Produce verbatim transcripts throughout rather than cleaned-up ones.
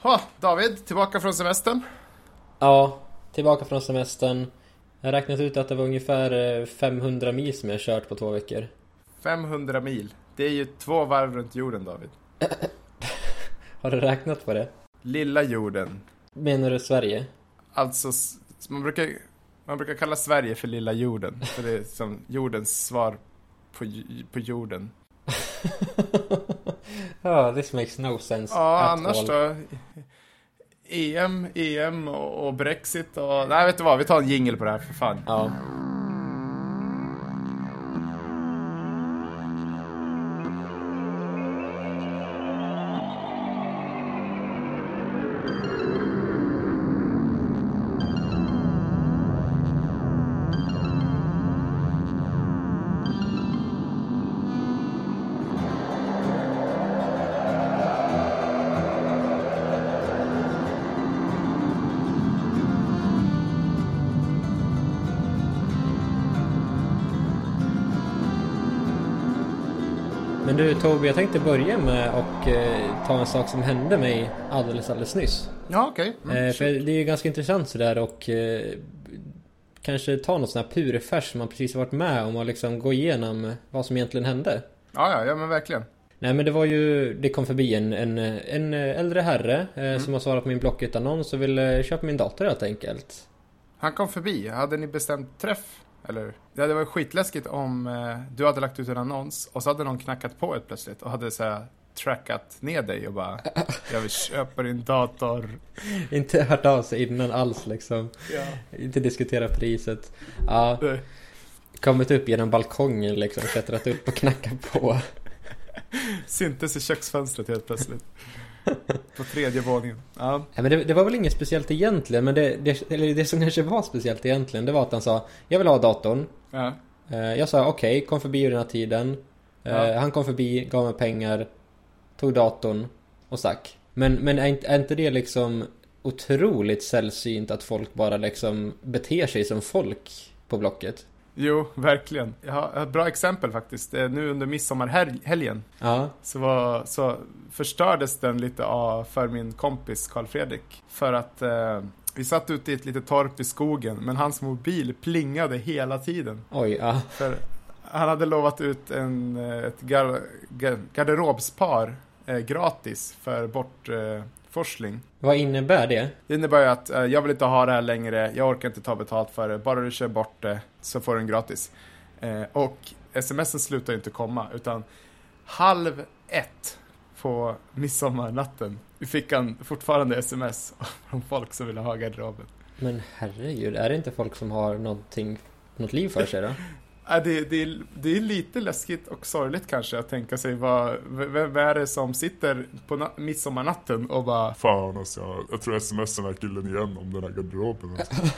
Ha, David, tillbaka från semestern? Ja, tillbaka från semestern. Jag har räknat ut att det var ungefär femhundra mil som jag har kört på två veckor. femhundra mil. Det är ju två varv runt jorden, David. Har du räknat på det? Lilla jorden. Menar du Sverige? Alltså, man brukar, man brukar kalla Sverige för lilla jorden. För det är som jordens svar på, på jorden. Ja, oh, this makes no sense. Ja, annars all. då... E M, E M och, och Brexit och... Nej, vet du vad? Vi tar en jingle på det här, för fan. Ja. Men du Tobi, jag tänkte börja med att eh, ta en sak som hände mig alldeles alldeles nyss. Ja, okej. Okay. Mm, eh, för det är ju ganska intressant sådär och eh, kanske ta något sån här purfärs som man precis har varit med om och liksom gå igenom vad som egentligen hände. Ja, ja, ja men verkligen. Nej, men det var ju, det kom förbi en, en, en äldre herre eh, mm. som har svarat på min Blocket-annons och ville köpa min dator helt enkelt. Han kom förbi, hade ni bestämt träff? Eller, det hade varit skitläskigt om eh, du hade lagt ut en annons och så hade någon knackat på ett plötsligt och hade så här trackat ner dig och bara jag vill köpa din dator. Inte hört av sig innan alls liksom. Ja. Inte diskutera priset. Ja. Uh. Kommit upp genom balkongen liksom, klättrat upp och knackat på. Syntes i köksfönstret helt plötsligt. På tredje våningen. Ja. Ja, men det, det var väl inget speciellt egentligen. Men det, det, eller det som kanske var speciellt egentligen, det var att han sa jag vill ha datorn. Ja. Jag sa okej, okay, kom förbi den här tiden. Ja. Han kom förbi, gav mig pengar, tog datorn och stack. Men, men är, inte, är inte det liksom otroligt sällsynt att folk bara liksom beter sig som folk på Blocket? Jo, verkligen. Jag har ett bra exempel faktiskt. Nu under midsommarhelgen ja. så, var, så förstördes den lite av för min kompis Carl Fredrik. För att eh, vi satt ute i ett litet torp i skogen, men hans mobil plingade hela tiden. Oj, ja. För han hade lovat ut en, ett gar, gar, garderobspar eh, gratis för bort... Eh, forsling. Vad innebär det? Det innebär ju att eh, jag vill inte ha det här längre. Jag orkar inte ta betalt för det. Bara du kör bort det så får du den gratis. Eh, och smsen slutar inte komma. Utan halv ett på midsommarnatten fick han fortfarande sms från folk som ville ha garderoben. Men herregud, är det inte folk som har någonting, något liv för sig då? Ja, det, det, det är lite läskigt och sorgligt kanske att tänka sig vad, vem är det som sitter på na- midsommarnatten och bara fan alltså, jag, jag tror smsar den här killen igen om den här garderoben.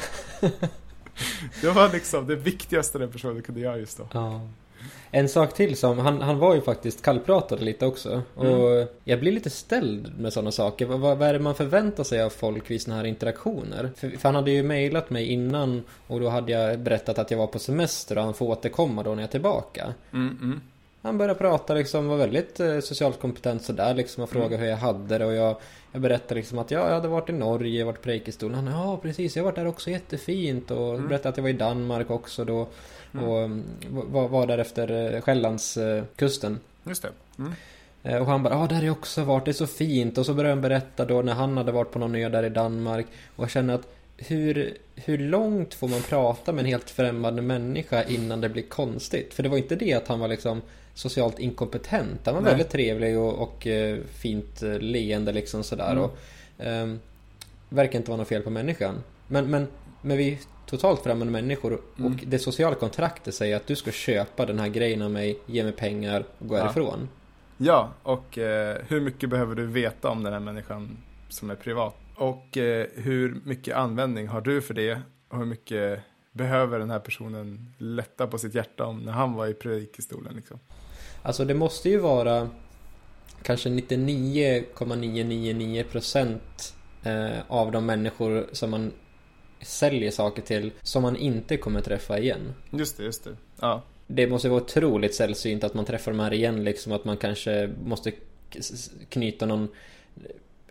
Det var liksom det viktigaste den personen kunde göra just då. Ja. En sak till som, han, han var ju faktiskt kallpratade lite också. Och mm. jag blir lite ställd med sådana saker. Vad, vad är det man förväntar sig av folk vid såna här interaktioner? För, för han hade ju mejlat mig innan och då hade jag berättat att jag var på semester och han får återkomma då när jag är tillbaka. Mm, mm. Han började prata liksom, var väldigt eh, socialt kompetent sådär liksom och frågade mm. hur jag hade det och jag, jag berättade liksom att ja, jag hade varit i Norge, jag varit på Reikestolen. Han, ja precis, jag har varit där också jättefint och mm. berättade att jag var i Danmark också då. Mm. Och var, var där efter Själlandskusten. Just det. Mm. Och han bara, ja där har jag också varit, det är så fint. Och så började han berätta då när han hade varit på någon ö där i Danmark. Och jag känner att hur, hur långt får man prata med en helt främmande människa innan det blir konstigt? För det var inte det att han var liksom socialt inkompetent. Han var Nej. väldigt trevlig och, och fint leende liksom sådär. Mm. Och um, verkar inte vara något fel på människan. Men, men, men vi totalt främmande människor och mm. det sociala kontraktet säger att du ska köpa den här grejen av mig, ge mig pengar och gå ja. härifrån. Ja, och eh, hur mycket behöver du veta om den här människan som är privat? Och eh, hur mycket användning har du för det? Och hur mycket behöver den här personen lätta på sitt hjärta om när han var i predikestolen liksom? Alltså det måste ju vara kanske nittionio komma niohundranittionio procent eh, av de människor som man säljer saker till som man inte kommer träffa igen. Just det, just det. Ja. Det måste vara otroligt sällsynt att man träffar de här igen liksom, att man kanske måste knyta någon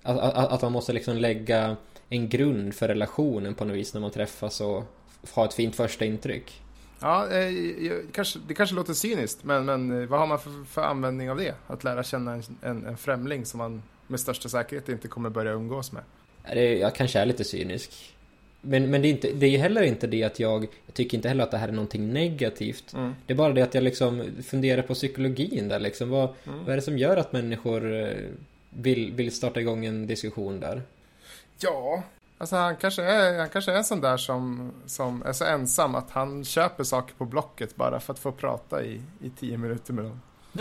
Att, att, att man måste liksom lägga en grund för relationen på något vis när man träffas och ha ett fint första intryck. Ja, eh, kanske, det kanske låter cyniskt, men, men vad har man för, för användning av det? Att lära känna en, en, en främling som man med största säkerhet inte kommer börja umgås med. Det, jag kanske är lite cynisk. Men, men det är inte, det är heller inte det att jag, jag tycker inte heller att det här är någonting negativt. Mm. Det är bara det att jag liksom funderar på psykologin där liksom. Vad, mm. vad är det som gör att människor vill, vill starta igång en diskussion där? Ja, alltså han kanske är, han kanske är en sån där som, som är så ensam att han köper saker på Blocket bara för att få prata i, i tio minuter med dem.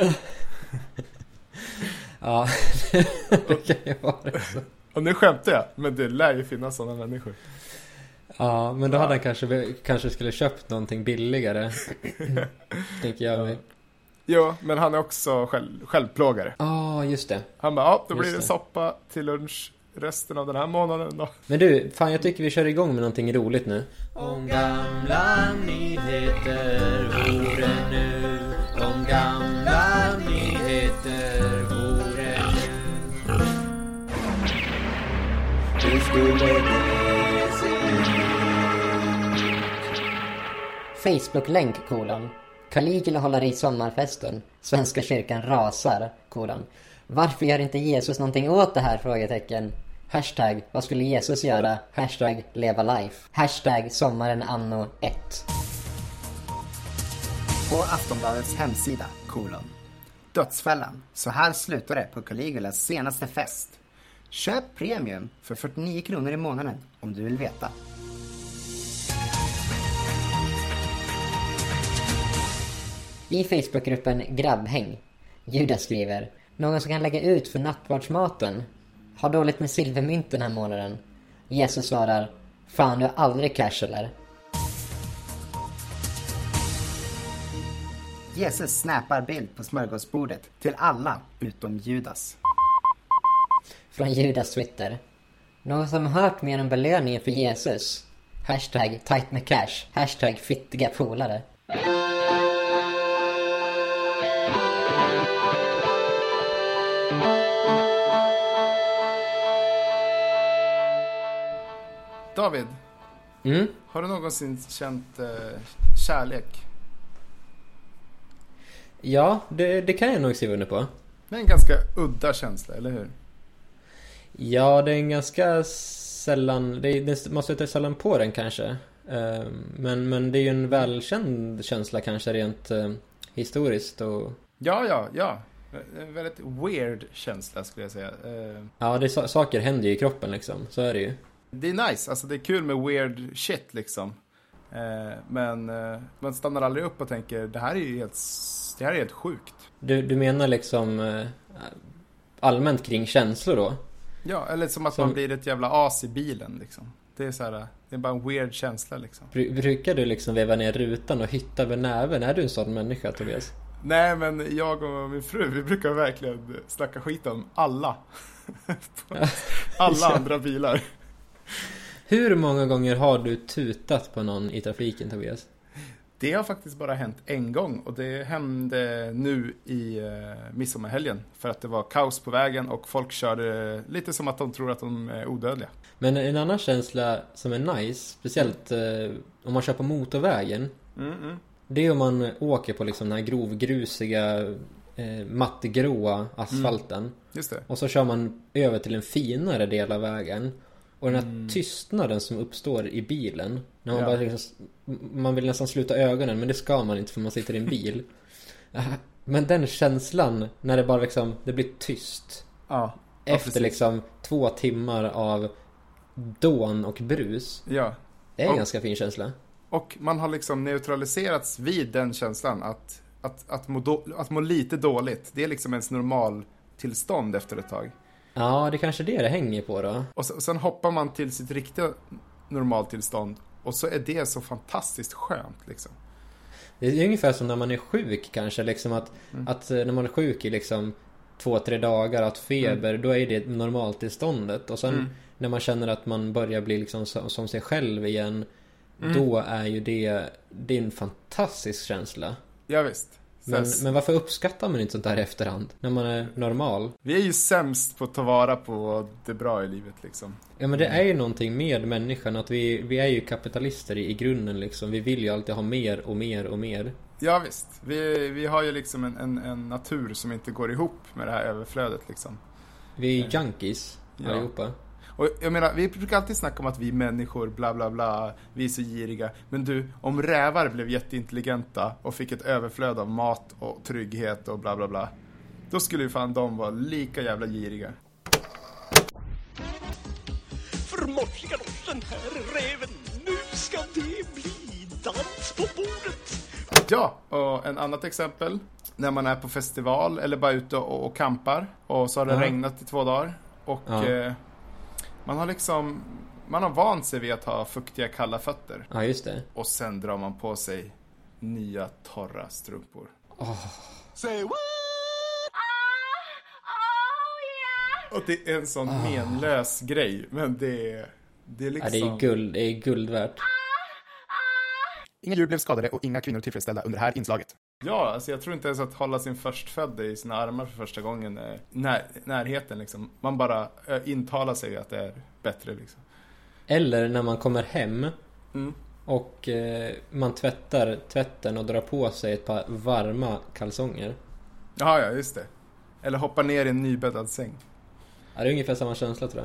Ja, det kan ju vara så. Och nu skämtar jag, men det lär ju finnas sådana människor. Ja, men då hade han kanske, kanske skulle köpt någonting billigare. Tänker jag mig. Jo, men han är också själv, självplågare. Ja, ah, just det. Han bara, ja, då blir just det, det soppa till lunch resten av den här månaden då. Men du, fan jag tycker vi kör igång med någonting roligt nu. Om gamla nyheter vore nu. Om gamla nyheter vore nu. Du skulle det se. Facebook-länk, kolon. Caligula håller i sommarfesten. Svenska kyrkan rasar, kolon. Varför gör inte Jesus någonting åt det här, frågetecken? Hashtag, vad skulle Jesus göra? Hashtag, leva life. Hashtag, sommaren anno ett. På Aftonbladets hemsida, kolon. Dödsfällan. Så här slutar det på Caligulas senaste fest. Köp premium för fyrtionio kronor i månaden om du vill veta. I Facebookgruppen Grabbhäng. Judas skriver: någon som kan lägga ut för nattvardsmaten. Har dåligt med silvermynt den här månaden. Jesus svarar: fan, du har aldrig cash eller? Jesus snappar bild på smörgåsbordet till alla utom Judas. Från Judas Twitter: någon som hört mer om belöningen för Jesus. Hashtag tight med cash. Hashtag fittiga polare. David, mm? har du någonsin känt eh, kärlek? Ja, det, det kan jag nog se under på. Det är en ganska udda känsla, eller hur? Ja, det är en ganska sällan, det är, det, man stöter sällan på den kanske. Uh, men, men det är ju en välkänd känsla kanske rent uh, historiskt. Och... Ja, ja, ja. En väldigt weird känsla skulle jag säga. Uh... Ja, det är, saker händer ju i kroppen liksom, så är det ju. Det är nice, alltså det är kul med weird shit liksom. Uh, men uh, man stannar aldrig upp och tänker, det här är ju helt, det här är helt sjukt. Du, du menar liksom uh, allmänt kring känslor då? Ja, eller som att som... man blir ett jävla as i bilen liksom. Det är så här, det är bara en weird känsla liksom. Brukar du liksom veva ner rutan och hitta med näven? Är du en sån människa, Tobias? Nej, men jag och min fru, vi brukar verkligen snacka skit om alla. alla ja. andra bilar. Hur många gånger har du tutat på någon i trafiken, Tobias? Det har faktiskt bara hänt en gång. Och det hände nu i uh, midsommarhelgen. För att det var kaos på vägen och folk körde lite som att de tror att de är odödliga. Men en annan känsla som är nice, speciellt mm. uh, om man kör på motorvägen. Mm, mm. Det är om man åker på liksom den här grovgrusiga eh, mattgråa asfalten. Mm. Just det. Och så kör man över till en finare del av vägen. Och den här mm. tystnaden som uppstår i bilen. När man, ja. bara liksom, man vill nästan sluta ögonen, men det ska man inte för man sitter i en bil. Men den känslan när det bara liksom, det blir tyst. Ja. Efter ja, liksom två timmar av dån och brus. Ja. Det är en och, ganska fin känsla. Och man har liksom neutraliserats vid den känslan att, att, att, må, då, att må lite dåligt. Det är liksom ens normal tillstånd efter ett tag. Ja, det är kanske det det hänger på då. Och, så, och sen hoppar man till sitt riktiga normaltillstånd. Och så är det så fantastiskt skönt liksom. Det är ungefär som när man är sjuk kanske. Liksom att, mm. att när man är sjuk i liksom två, tre dagar, att feber, mm. då är det normaltillståndet. Och sen mm. när man känner att man börjar bli liksom som, som sig själv igen, mm. då är ju det, det är en fantastisk känsla. Ja visst. Men, Så- men varför uppskattar man inte sånt där i efterhand? När man är normal? Vi är ju sämst på att ta vara på det bra i livet liksom. Ja, men det är ju någonting med människan. Att vi, vi är ju kapitalister i, i grunden liksom. Vi vill ju alltid ha mer och mer och mer. Ja visst, vi, vi har ju liksom en, en, en natur som inte går ihop med det här överflödet liksom. Vi är junkies Ja. allihopa. Och jag menar, vi brukar alltid snacka om att vi är människor, bla bla bla, vi är så giriga. Men du, om rävar blev jätteintelligenta och fick ett överflöd av mat och trygghet och bla bla bla, då skulle ju fan de vara lika jävla giriga. Förmorsliga loss den här räven. Nu ska det bli dans på bordet. Ja, och en annat exempel, när man är på festival eller bara ute och, och campar och så har det Ja. regnat i två dagar och Ja. eh, man har liksom, man har vant sig vid att ha fuktiga kalla fötter Ja, just det. och sen drar man på sig nya torra strumpor. Say what? Och det är en sån menlös grej, men det är, det är Ja, liksom... det är guld, det är guld värt. Inga djur blev skadade och inga kvinnor tillfredsställda under det här inslaget. Ja, alltså jag tror inte ens att hålla sin förstfödde i sina armar för första gången är när, närheten liksom. Man bara äh, intalar sig att det är bättre liksom. Eller när man kommer hem Mm. och eh, man tvättar tvätten och drar på sig ett par varma kalsonger. Jaha, ja, just det. Eller hoppa ner i en nybäddad säng. Ja, det är ungefär samma känsla, tror jag.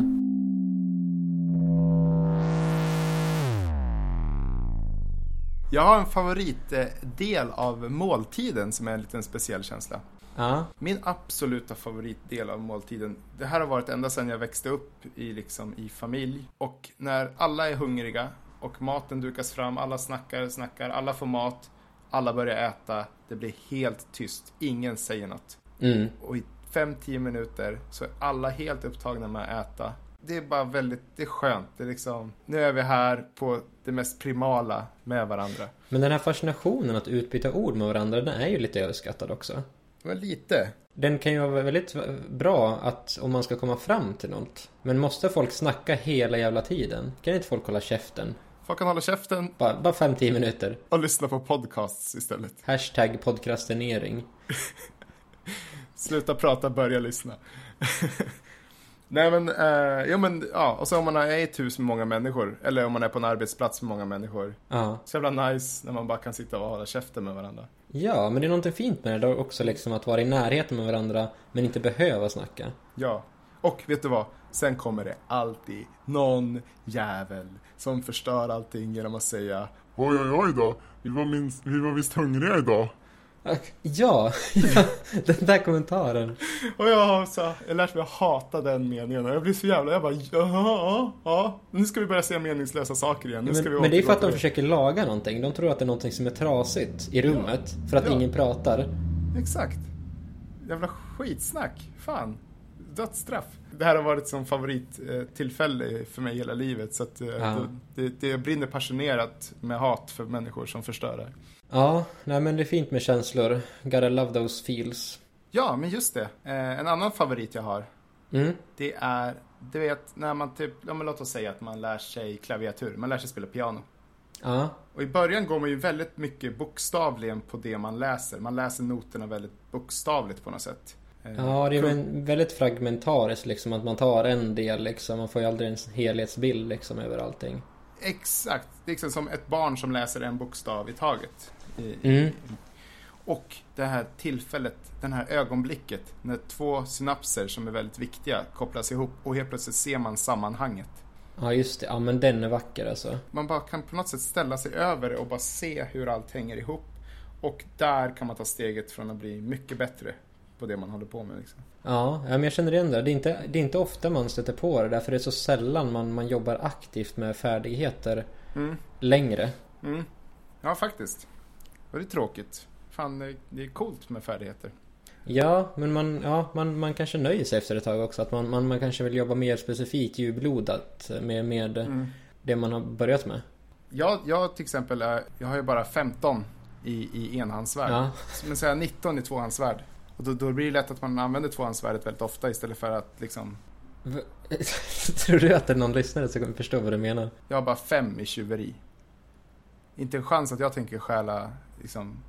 Jag har en favoritdel av måltiden som är en liten speciell känsla. Ja, Min absoluta favoritdel av måltiden, det här har varit ända sedan jag växte upp i, liksom, i familj. Och när alla är hungriga och maten dukas fram, alla snackar, snackar, alla får mat, alla börjar äta, det blir helt tyst, ingen säger något. mm. Och i fem till tio minuter så är alla helt upptagna med att äta. Det är bara väldigt, det är skönt. Det är liksom, nu är vi här på det mest primala med varandra. Men den här fascinationen att utbyta ord med varandra, den är ju lite överskattad också. Men lite. Den kan ju vara väldigt bra att om man ska komma fram till något. Men måste folk snacka hela jävla tiden? Kan inte folk hålla käften? Folk kan hålla käften Bara, bara fem till tio minuter. och lyssna på podcasts istället. Hashtag podcastinering. Sluta prata, börja lyssna. Nej men, eh, ja men, ja. Och så om man är i ett hus med många människor. Eller om man är på en arbetsplats med många människor. Ja. Så jävla nice när man bara kan sitta och hålla käften med varandra. Ja, men det är någonting fint med det där också, liksom att vara i närheten med varandra men inte behöva snacka. Ja. Och vet du vad? Sen kommer det alltid någon jävel som förstör allting genom att säga: Oj, oj, oj då. Vi var, minst, vi var visst hungriga idag. Ja, ja, den där kommentaren. och jag har så, jag har lärt mig att hata den meningen. Och jag blir så jävla, jag bara, ja, ja, ja. Nu ska vi börja säga meningslösa saker igen. Nu ska vi Men, men det är för att återgå de till försöker laga någonting. De tror att det är någonting som är trasigt i rummet för att Ja. ingen pratar. det. Exakt. Jävla skitsnack. Fan. Dödsstraff. Det här har varit som favorittillfälle för mig hela livet. Så att eh, Ja. det, det, det brinner passionerat med hat för människor som förstör det. Ja, nej men det är fint med känslor. Gotta love those feels. Ja, men just det. Eh, en annan favorit jag har. Mm. Det är, du vet, när man typ, ja, men låt oss säga att man lär sig klaviatur. Man lär sig spela piano. Ja, Och i början går man ju väldigt mycket bokstavligen på det man läser. Man läser noterna väldigt bokstavligt på något sätt. Eh, ja det är kung- en väldigt fragmentariskt liksom, att man tar en del liksom. Man får ju aldrig en helhetsbild liksom över allting. Exakt. Det är liksom som ett barn som läser en bokstav i taget. I, Mm. Och det här tillfället, den här ögonblicket när två synapser som är väldigt viktiga kopplas ihop och helt plötsligt ser man sammanhanget. Ja just det, ja men den är vacker alltså. Man bara kan på något sätt ställa sig över det och bara se hur allt hänger ihop. Och där kan man ta steget från att bli mycket bättre på det man håller på med. Liksom. Ja, ja men jag känner igen det. Det är, inte, det är inte ofta man stöter på det. Därför är det så sällan man, man jobbar aktivt med färdigheter Mm. längre. Mm. Ja, faktiskt. Och det är tråkigt. Fan, det- det är coolt med färdigheter. Ja, men man, ja, man, man kanske nöjer sig efter ett tag också. Att man, man, man kanske vill jobba mer specifikt djuplodat med, med Mm. det man har börjat med. Jag, jag till exempel, är, jag har ju bara femton i, i enhandsvärd. Ja. Men så är jag nitton i tvåhandsvärd. Och då, då blir det lätt att man använder tvåhandsvärdet väldigt ofta istället för att liksom... V- Tror du att det är någon lyssnare som kommer förstå vad du menar? Jag har bara fem i tjuveri. Inte en chans att jag tänker stjäla liksom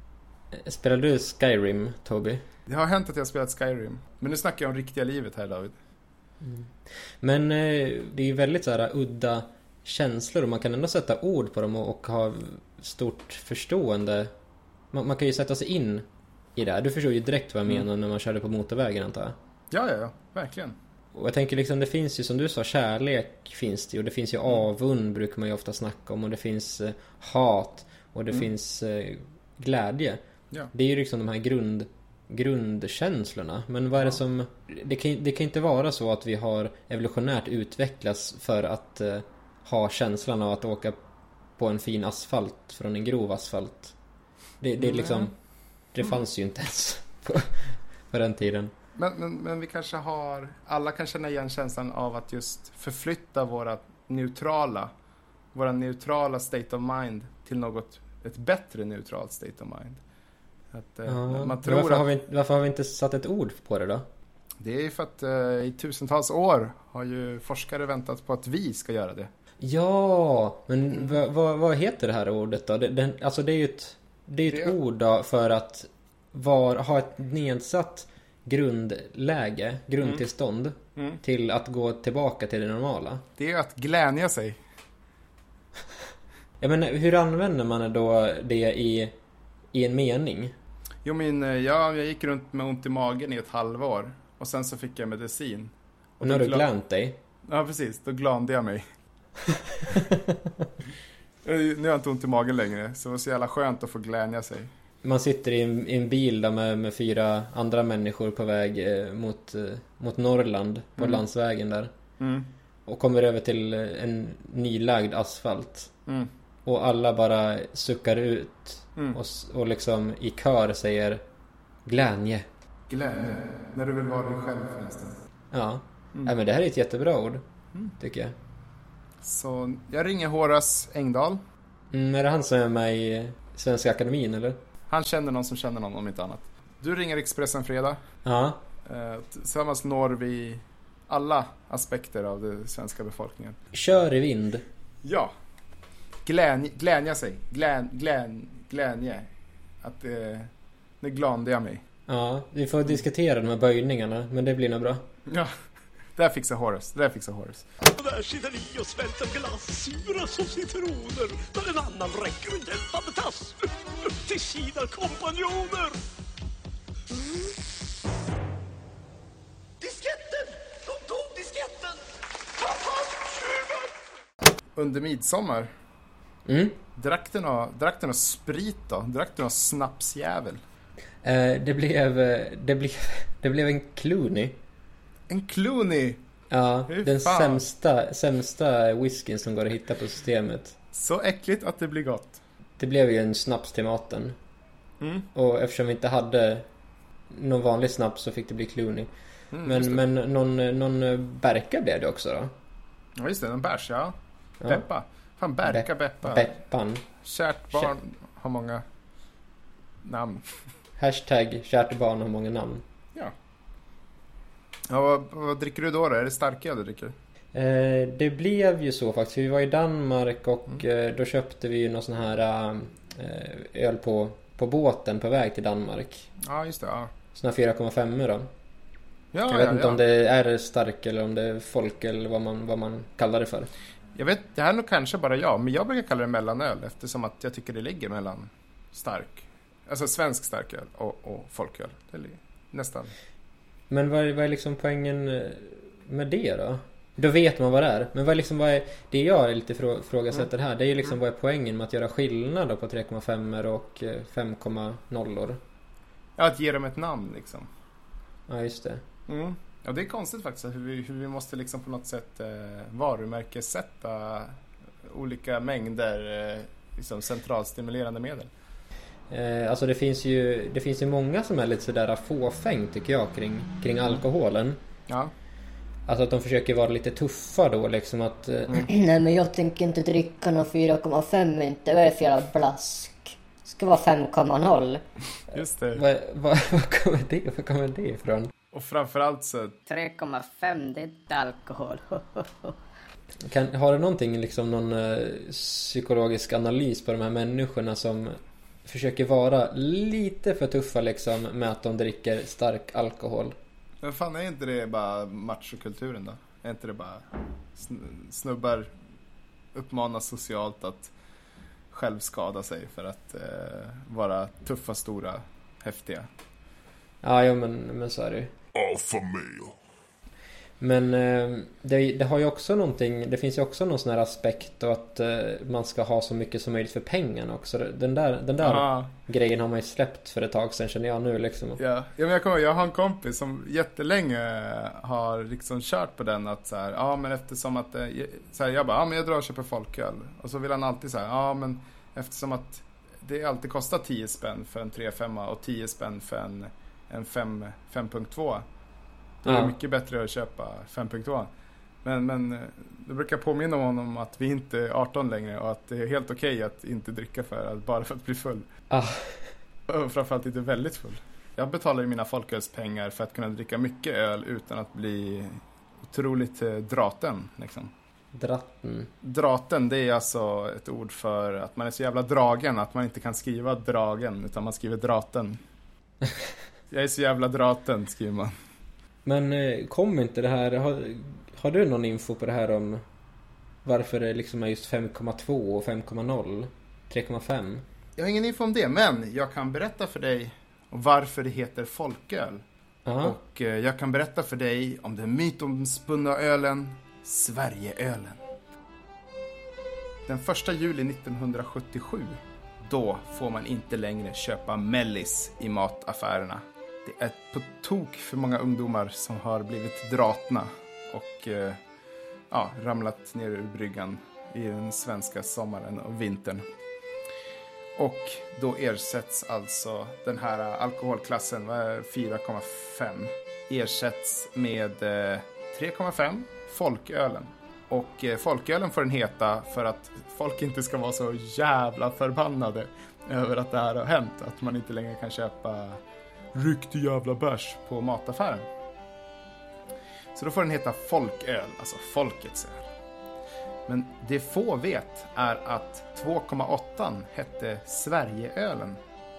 Spelar du Skyrim, Toby? Det har hänt att jag har spelat Skyrim. Men nu snackar jag om riktiga livet här, David. Mm. Men eh, det är ju väldigt så här udda känslor och man kan ändå sätta ord på dem och, och ha stort förstående. Man, man kan ju sätta sig in i det här. Du förstår ju direkt vad jag Mm. menar när man körde på motorvägen, antar jag. Ja, ja, ja. Verkligen. Och jag tänker liksom, det finns ju som du sa, kärlek finns det ju. Och det finns ju avund, brukar man ju ofta snacka om. Och det finns eh, hat. Och det Mm. finns eh, glädje. Ja. Det är ju liksom de här grund, grundkänslorna. Men vad är det Ja. som... Det kan, det kan inte vara så att vi har evolutionärt utvecklats för att eh, ha känslan av att åka på en fin asfalt från en grov asfalt. Det, det är liksom... Det fanns ju inte ens på, på den tiden. Men, men, men vi kanske har... Alla kan känna igen känslan av att just förflytta våra neutrala... Våra neutrala state of mind till något... Ett bättre neutralt state of mind. Att, eh, Ja, man tror varför, att, har vi, varför har vi inte satt ett ord på det då? Det är ju för att eh, i tusentals år har ju forskare väntat på att vi ska göra det. Ja, men vad, vad, vad heter det här ordet då? Det, den, alltså det är ju ett, det är ett Det- ord då för att var, ha ett nedsatt grundläge, grundtillstånd Mm. till att gå tillbaka till det normala. Det är att glänja sig. Jag menar, hur använder man då det i, i en mening? Jo, men eh, ja, jag gick runt med ont i magen i ett halvår. Och sen så fick jag medicin. Och nu har då du gla- glänt dig. Ja, precis. Då glande jag mig. Eh, nu har jag inte ont i magen längre. Så det var så jävla skönt att få glänja sig. Man sitter i en, i en bil där med, med fyra andra människor på väg eh, mot, eh, mot Norrland på Mm. landsvägen där. Mm. Och kommer över till eh, en nylagd asfalt. Mm. Och alla bara suckar ut Mm. och, s- och liksom i kör säger glädje. Glädje. När du vill vara dig själv förresten. Ja. Mm. Nej, men det här är ett jättebra ord, Mm. tycker jag. Så jag ringer Horace Engdahl. Mm, är det han som är med i Svenska Akademin, eller? Han känner någon som känner någon, om inte annat. Du ringer Expressen fredag. Ja. Eh, Tillsammans når vi alla aspekter av den svenska befolkningen. Kör i vind. Ja. Glän, glänja sig. Glän, glän, glänje. Att eh, nu glande jag mig. Ja, vi får diskutera de här böjningarna, men det blir nog bra. Ja. Där fixar Horace. Där fixar Horace. Och där sitter ni och svälter glass, sura som citroner, när en annan räcker en dämpande tass till sina kompanjoner. Disketten! De tog disketten! Ta fast tjuven! Under midsommar. Mm. Drack du någon, drack du någon sprit då? Drack du någon snapsjävel? Eh, det blev eh, det blev det blev en Clooney. En Clooney! Ja, Fy den fan. sämsta sämsta whiskyn som går att hitta på systemet. Så äckligt att det blir gott. Det blev ju en snaps till maten. Mm. Och eftersom vi inte hade någon vanlig snaps så fick det bli Clooney. Mm, just Men, det. men någon, någon Berka blev det också då. Ja, just det. En bärs, ja. Ja. Beppa. Fan, Berka, Be- Beppa. Beppan. Kärt barn har många namn. Hashtag kärt barn har många namn. Ja. Ja, vad, vad dricker du då, då? Är det starköl du dricker? Eh, det blev ju så faktiskt. Vi var i Danmark och Mm. eh, då köpte vi ju någon sån här eh, öl på, på båten på väg till Danmark. Ja, just det. Ja, Sån här fyra komma fem då. ja, Jag vet ja, inte ja. om det är stark eller om det är folk eller vad man, vad man kallar det för. Jag vet, det här är nog kanske bara jag, men jag brukar kalla det mellanöl eftersom att jag tycker det ligger mellan stark, alltså svensk starköl och, och folköl. Det ligger nästan. Men vad är, vad är liksom poängen eh, med det då? Då vet man vad det är. Men vad är liksom, vad är, det jag är lite frå, frågasätter här, det är ju liksom vad är poängen med att göra skillnad då på tre komma fem och eh, fem komma noll? Ja, att ge dem ett namn liksom. Ja, just det. Mm. Ja, det är konstigt faktiskt hur vi, hur vi måste liksom på något sätt eh, varumärkessätta olika mängder eh, liksom centralstimulerande medel. Eh, alltså det finns ju det finns ju många som är lite sådär fåfäng tycker jag kring, kring alkoholen. Ja. Alltså att de försöker vara lite tuffa då liksom att eh, Nej, men jag tänker inte dricka någon fyra komma fem inte. Vad är det för jävla blask? Det ska vara fem komma noll. Just det. vad, vad, vad kommer det vad kommer det ifrån? Och framförallt så tre komma fem, det är inte alkohol. Kan, har du någonting liksom någon eh, psykologisk analys på de här människorna som försöker vara lite för tuffa liksom med att de dricker stark alkohol. Men fan, är inte det bara machokulturen då? Är inte det bara snubbar uppmanas socialt att själv skada sig för att eh, vara tuffa, stora, häftiga? Ja, ja men, men så är det ju. Alpha male. Men eh, det, det har ju också någonting, det finns ju också någon sån här aspekt och att eh, man ska ha så mycket som möjligt för pengarna också. Den där, den där Aha. grejen har man ju släppt för ett tag sedan, känner jag nu liksom. Ja, ja men jag kommer, jag har en kompis som jättelänge har liksom kört på den att så här, ja men eftersom att så här, jag bara, ja men jag drar och köper folköl. Och så vill han alltid så här, ja men eftersom att det alltid kostar tio spänn för en tre komma fem och tio spänn för en, en fem komma två. Det är Ja. mycket bättre att köpa fem komma två. Men, men det brukar påminna honom om att vi inte är arton längre och att det är helt okej att inte dricka för att, bara för att bli full. Ah. Och framförallt inte väldigt full. Jag betalar ju mina folkölspengar för att kunna dricka mycket öl utan att bli otroligt eh, draten. Liksom. Dratten. Draten, det är alltså ett ord för att man är så jävla dragen att man inte kan skriva dragen utan man skriver draten. Jag är så jävla draten, skriver man. Men eh, kom inte det här, har, har du någon info på det här om varför det liksom är just fem komma två och fem komma noll, tre komma fem? Jag har ingen info om det, men jag kan berätta för dig varför det heter folköl. Aha. Och eh, jag kan berätta för dig om den mytomspunna ölen, Sverigeölen. Den första juli nittonhundrasjuttiosju, då får man inte längre köpa mellis i mataffärerna. Det är på tok för många ungdomar som har blivit dratna och eh, ja, ramlat ner ur bryggan i den svenska sommaren och vintern. Och då ersätts alltså den här alkoholklassen, fyra komma fem, ersätts med eh, tre komma fem, folkölen. Och eh, folkölen får den heta för att folk inte ska vara så jävla förbannade över att det här har hänt. Att man inte längre kan köpa riktig jävla bärs på mataffären. Så då får den heta folköl, alltså folkets öl. Men det få vet är att två komma åtta hette Sverigeölen.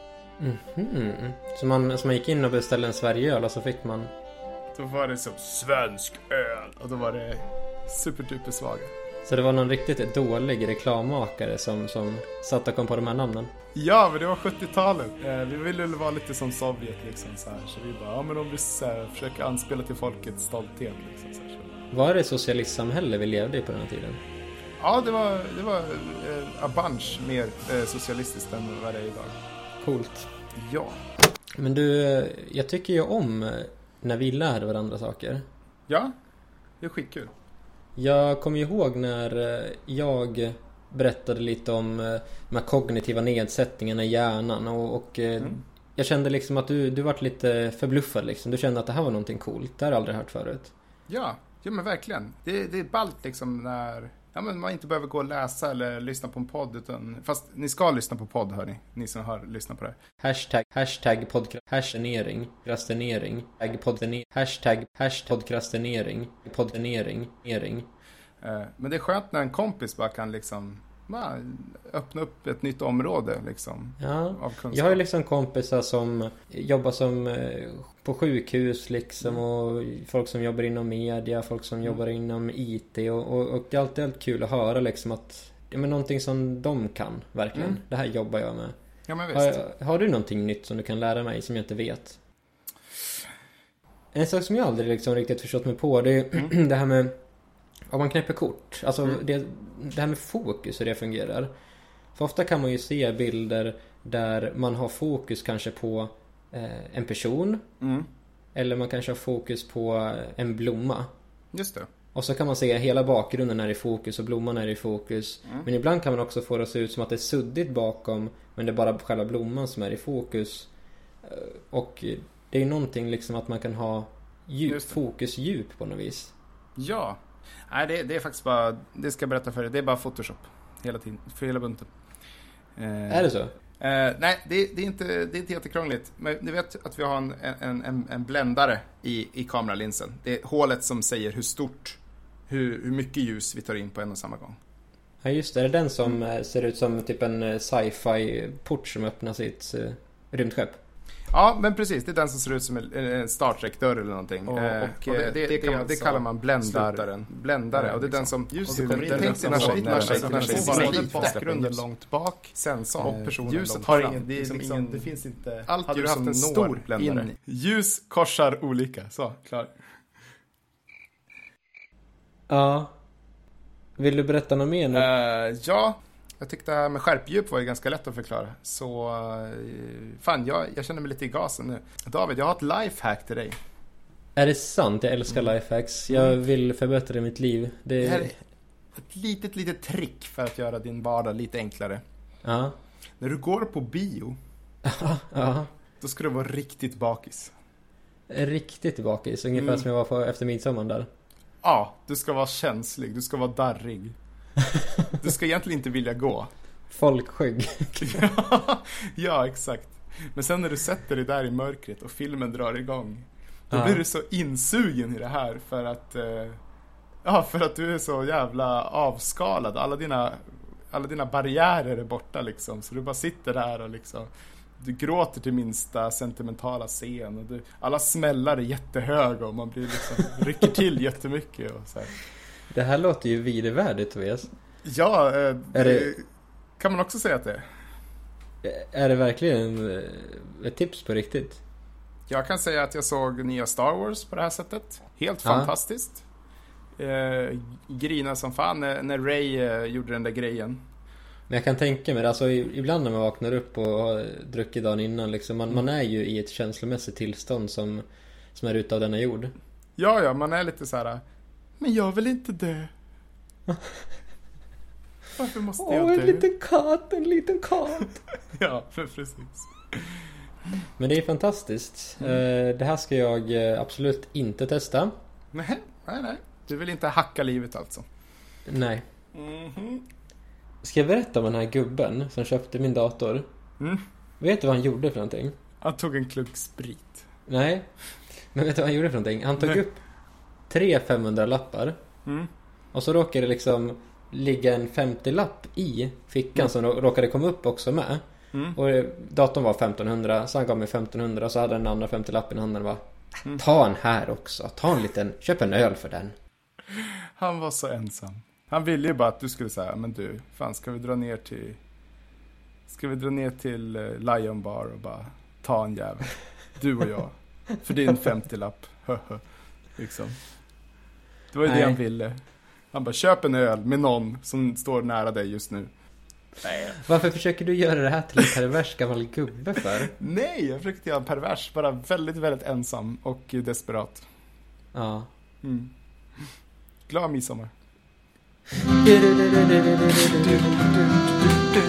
Mhm. Så man, så man gick in och beställde en Sverigeöl och så fick man... Då var det som svensk öl. Och då var det superduper svaga. Så det var någon riktigt dålig reklammakare som, som satt och kom på de här namnen. Ja, men det var sjuttiotalet. Eh, vi ville väl vara lite som Sovjet liksom så här. Så vi bara, ja men om vi så här, försöker anspela till folkets stolthet liksom så här. Så. Var det socialistsamhälle vi levde i på den här tiden? Ja, det var, det var eh, a bunch mer eh, socialistiskt än vad det är idag. Coolt. Ja. Men du, jag tycker ju om när vi lär varandra saker. Ja, det är skitkul. Jag kommer ihåg när jag berättade lite om de här kognitiva nedsättningarna i hjärnan och, och mm. jag kände liksom att du, du var lite förbluffad liksom. Du kände att det här var någonting coolt. Det har jag aldrig hört förut. Ja, ja men verkligen. Det, det är ballt liksom när ja, men man inte behöver gå och läsa eller lyssna på en podd utan, fast ni ska lyssna på podd hörni, ni som har lyssnat på det. Hashtag, hashtag podcrastinering, krastinering, hashtag, hashtag, hashtag podcrastinering, podcrastinering, ering. Men det är skönt när en kompis bara kan liksom bara öppna upp ett nytt område liksom, ja. Av kunskap. Jag har ju liksom kompisar som jobbar som på sjukhus liksom och folk som jobbar inom media, folk som mm. jobbar inom I T och, och, och det är alltid helt kul att höra liksom att ja, men någonting som de kan verkligen. Mm. Det här jobbar jag med. Ja, men visst. Har, har du någonting nytt som du kan lära mig som jag inte vet? En sak som jag aldrig liksom riktigt förstått mig på det är mm. det här med om man knäpper kort. Alltså mm. det, det här med fokus, hur det fungerar. För ofta kan man ju se bilder där man har fokus kanske på eh, en person. Mm. Eller man kanske har fokus på en blomma. Just det. Och så kan man se hela bakgrunden är i fokus och blomman är i fokus. Mm. Men ibland kan man också få det att se ut som att det är suddigt bakom. Men det är bara själva blomman som är i fokus. Och det är ju någonting liksom att man kan ha djup, fokusdjup på något vis. Ja. Nej, det, det är faktiskt bara, det ska jag berätta för dig, det är bara Photoshop hela tiden, för hela bunten. Eh, är det så? Eh, nej, det, det, är inte, det är inte jättekrångligt. Men ni vet att vi har en, en, en, en bländare i, i kameralinsen. Det är hålet som säger hur stort, hur, hur mycket ljus vi tar in på en och samma gång. Ja just det, är det den som mm. ser ut som typ en sci-fi port som öppnar sitt uh, rymdskepp? Ja, men precis. Det är den som ser ut som en Star Trek-dörr eller någonting. Och, och, och det, det, det, kan man, det kallar man bländar, bländare. Ja, och det är den som... Just det, det tänk sig när sig bakgrunden långt bak. Sensor och personen ljuset har ingen... Det, är liksom, det finns inte... Allt hade du haft en stor bländare. In. Ljus korsar olika. Så, klar. Ja. Vill du berätta något mer nu? Uh, ja. Jag tyckte det här med skärpdjup var ju ganska lätt att förklara. Så fan, jag, jag känner mig lite i gasen nu. David, jag har ett lifehack till dig. Är det sant? Jag älskar mm. lifehacks. Jag vill förbättra mitt liv. Det, det här är ett litet, litet trick för att göra din vardag lite enklare. Ja. När du går på bio, ja. då ska du vara riktigt bakis. Riktigt bakis? Ungefär mm. som jag var på efter midsommar där. Ja, du ska vara känslig. Du ska vara darrig. Du ska egentligen inte vilja gå. Folkskygg. Ja, exakt. Men sen när du sätter dig där i mörkret och filmen drar igång, då ja. blir du så insugen i det här för att eh, ja, för att du är så jävla avskalad. Alla dina alla dina barriärer är borta liksom, så du bara sitter där och liksom du gråter till minsta sentimentala scen och du, alla smällar är jättehöga och man blir liksom rycker till jättemycket och så här. Det här låter ju vidervärdigt, Tobias. Ja, eh, är det, kan man också säga att det är. Är det verkligen ett tips på riktigt? Jag kan säga att jag såg nya Star Wars på det här sättet. Helt ja. fantastiskt. Eh, grina som fan när, när Rey eh, gjorde den där grejen. Men jag kan tänka mig, alltså ibland när man vaknar upp och har druckit dagen innan liksom, man, man är ju i ett känslomässigt tillstånd som, som är ute av denna jord. Ja, ja, man är lite så här. Men jag vill inte dö. Varför måste Åh, jag dö? en liten katt, en liten katt. Ja, för precis. Men det är fantastiskt. Mm. Det här ska jag absolut inte testa. Nej, nej, nej. Du vill inte hacka livet alltså? Nej. Mm-hmm. Ska jag berätta om den här gubben som köpte min dator? Mm. Vet du vad han gjorde för någonting? Han tog en klunk sprit. Nej. Men vet du vad han gjorde för någonting? Han tog nej. upp tre femhundra-lappar. Mm. Och så råkade det liksom ligga en femtio-lapp i fickan mm. som råkade komma upp också med. Mm. Och datorn var femtonhundra, så han gav mig femtonhundra och så hade den andra femtio-lappen i handen och bara, mm. ta en här också, ta en liten, köp en öl för den. Han var så ensam. Han ville ju bara att du skulle säga, men du, fan ska vi dra ner till ska vi dra ner till uh, Lion Bar och bara ta en jävel. Du och jag. För din femtio-lapp. liksom. Det var ju Nej. det han ville. Han bara, köp en öl med någon som står nära dig just nu. Nej. Varför försöker du göra det här till en pervers gammal gubbe för? Nej, jag försökte göra en pervers. Bara väldigt, väldigt ensam och desperat. Ja. Mm. Glad midsommar.